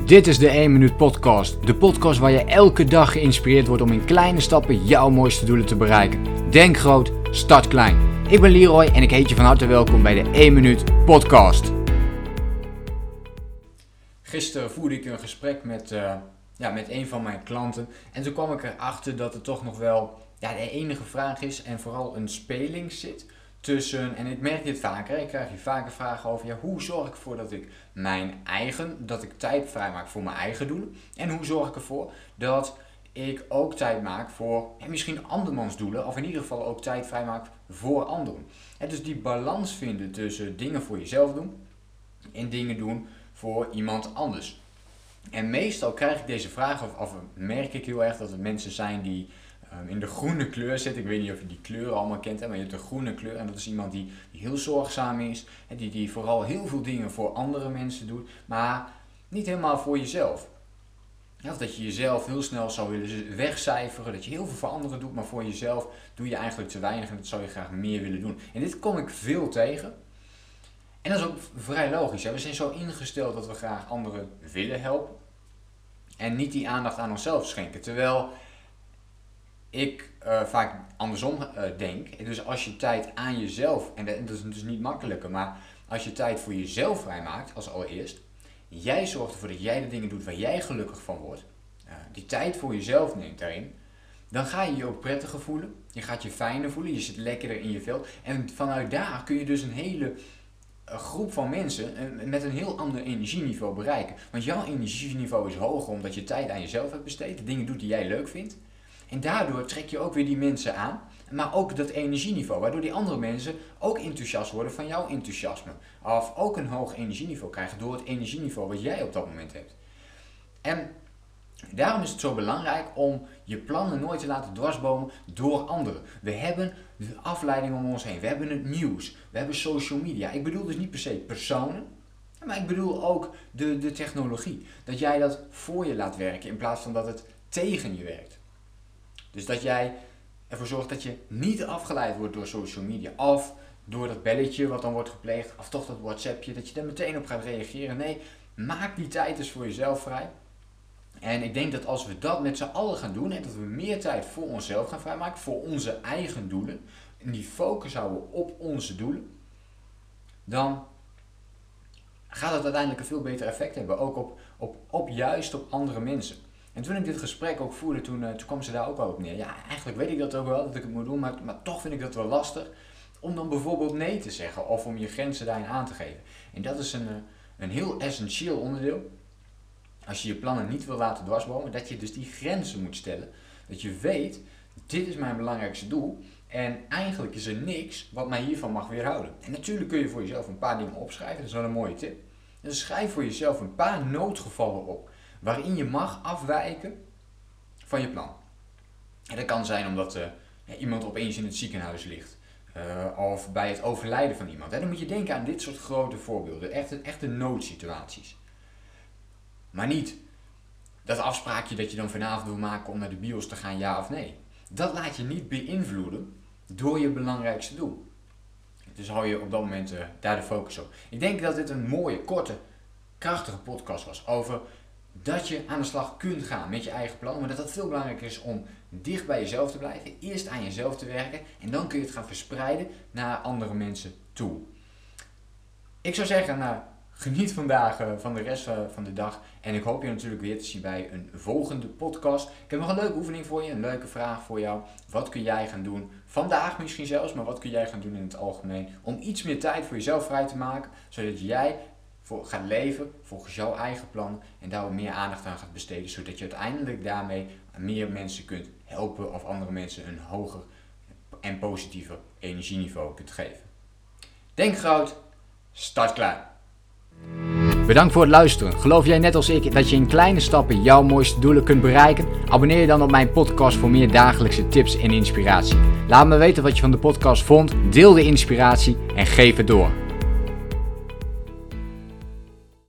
Dit is de 1 Minuut Podcast. De podcast waar je elke dag geïnspireerd wordt om in kleine stappen jouw mooiste doelen te bereiken. Denk groot, start klein. Ik ben Leroy en ik heet je van harte welkom bij de 1 Minuut Podcast. Gisteren voerde ik een gesprek met een van mijn klanten. En toen kwam ik erachter dat het toch nog wel de enige vraag is en vooral een speling zit tussen, en ik merk dit vaker, ik krijg hier vaker vragen over, hoe zorg ik ervoor dat ik tijd vrijmaak voor mijn eigen doelen? En hoe zorg ik ervoor dat ik ook tijd maak voor misschien andermans doelen, of in ieder geval ook tijd vrijmaak voor anderen. En dus die balans vinden tussen dingen voor jezelf doen en dingen doen voor iemand anders. En meestal krijg ik deze vraag, of merk ik heel erg dat het mensen zijn die in de groene kleur zit. Ik weet niet of je die kleuren allemaal kent, maar je hebt de groene kleur en dat is iemand die heel zorgzaam is, die vooral heel veel dingen voor andere mensen doet, maar niet helemaal voor jezelf. Of dat je jezelf heel snel zou willen wegcijferen, dat je heel veel voor anderen doet, maar voor jezelf doe je eigenlijk te weinig en dat zou je graag meer willen doen. En dit kom ik veel tegen. En dat is ook vrij logisch. We zijn zo ingesteld dat we graag anderen willen helpen en niet die aandacht aan onszelf schenken. Terwijl ik vaak andersom denk. Dus als je tijd aan jezelf, en dat is dus niet makkelijker, maar als je tijd voor jezelf vrijmaakt als allereerst, jij zorgt ervoor dat jij de dingen doet waar jij gelukkig van wordt, die tijd voor jezelf neemt daarin, dan ga je je ook prettiger voelen, je gaat je fijner voelen, je zit lekkerder in je vel en vanuit daar kun je dus een hele groep van mensen met een heel ander energieniveau bereiken. Want jouw energieniveau is hoger omdat je tijd aan jezelf hebt besteed, de dingen doet die jij leuk vindt. En daardoor trek je ook weer die mensen aan, maar ook dat energieniveau, waardoor die andere mensen ook enthousiast worden van jouw enthousiasme. Of ook een hoog energieniveau krijgen door het energieniveau wat jij op dat moment hebt. En daarom is het zo belangrijk om je plannen nooit te laten dwarsbomen door anderen. We hebben de afleiding om ons heen, we hebben het nieuws, we hebben social media. Ik bedoel dus niet per se personen, maar ik bedoel ook de technologie. Dat jij dat voor je laat werken in plaats van dat het tegen je werkt. Dus dat jij ervoor zorgt dat je niet afgeleid wordt door social media. Of door dat belletje wat dan wordt gepleegd. Of toch dat WhatsAppje. Dat je daar meteen op gaat reageren. Nee, maak die tijd dus voor jezelf vrij. En ik denk dat als we dat met z'n allen gaan doen. En dat we meer tijd voor onszelf gaan vrijmaken. Voor onze eigen doelen. En die focus houden op onze doelen. Dan gaat het uiteindelijk een veel beter effect hebben. Ook juist op andere mensen. En toen ik dit gesprek ook voerde, toen kwam ze daar ook wel op neer. Ja, eigenlijk weet ik dat ook wel, dat ik het moet doen, maar toch vind ik dat wel lastig om dan bijvoorbeeld nee te zeggen of om je grenzen daarin aan te geven. En dat is een heel essentieel onderdeel. Als je je plannen niet wil laten dwarsbomen, dat je dus die grenzen moet stellen. Dat je weet, dit is mijn belangrijkste doel en eigenlijk is er niks wat mij hiervan mag weerhouden. En natuurlijk kun je voor jezelf een paar dingen opschrijven, dat is wel een mooie tip. Dus schrijf voor jezelf een paar noodgevallen op waarin je mag afwijken van je plan. En dat kan zijn omdat iemand opeens in het ziekenhuis ligt. Of bij het overlijden van iemand. Dan moet je denken aan dit soort grote voorbeelden. Echte noodsituaties. Maar niet dat afspraakje dat je dan vanavond wil maken om naar de bios te gaan, ja of nee. Dat laat je niet beïnvloeden door je belangrijkste doel. Dus hou je op dat moment daar de focus op. Ik denk dat dit een mooie, korte, krachtige podcast was over dat je aan de slag kunt gaan met je eigen plan, maar dat het veel belangrijker is om dicht bij jezelf te blijven, eerst aan jezelf te werken en dan kun je het gaan verspreiden naar andere mensen toe. Ik zou zeggen, geniet vandaag van de rest van de dag en ik hoop je natuurlijk weer te zien bij een volgende podcast. Ik heb nog een leuke oefening voor je, een leuke vraag voor jou. Wat kun jij gaan doen, vandaag misschien zelfs, maar wat kun jij gaan doen in het algemeen om iets meer tijd voor jezelf vrij te maken, zodat jij gaat leven volgens jouw eigen plan en daar wat meer aandacht aan gaat besteden, zodat je uiteindelijk daarmee meer mensen kunt helpen of andere mensen een hoger en positiever energieniveau kunt geven. Denk groot, start klein. Bedankt voor het luisteren. Geloof jij net als ik dat je in kleine stappen jouw mooiste doelen kunt bereiken? Abonneer je dan op mijn podcast voor meer dagelijkse tips en inspiratie. Laat me weten wat je van de podcast vond, deel de inspiratie en geef het door.